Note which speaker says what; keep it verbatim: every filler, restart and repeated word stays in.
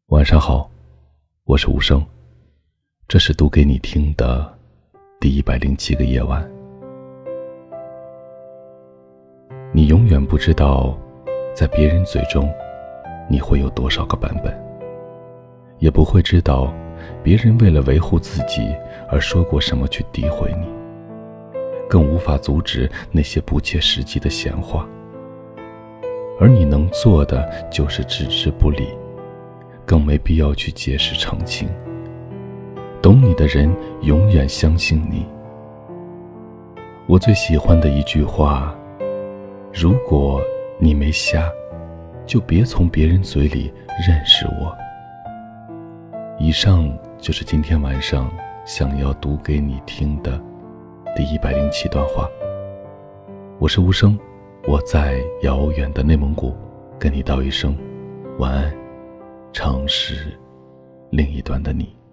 Speaker 1: 晚上好，我是无声，这是读给你听的第一百零七个夜晚。你永远不知道，在别人嘴中，你会有多少个版本，也不会知道别人为了维护自己而说过什么去诋毁你，更无法阻止那些不切实际的闲话。而你能做的就是置之不理，更没必要去解释澄清。懂你的人永远相信你。我最喜欢的一句话，如果你没瞎，就别从别人嘴里认识我。以上就是今天晚上想要读给你听的第一百零七段话。我是无声，我在遥远的内蒙古跟你道一声晚安，城市另一端的你。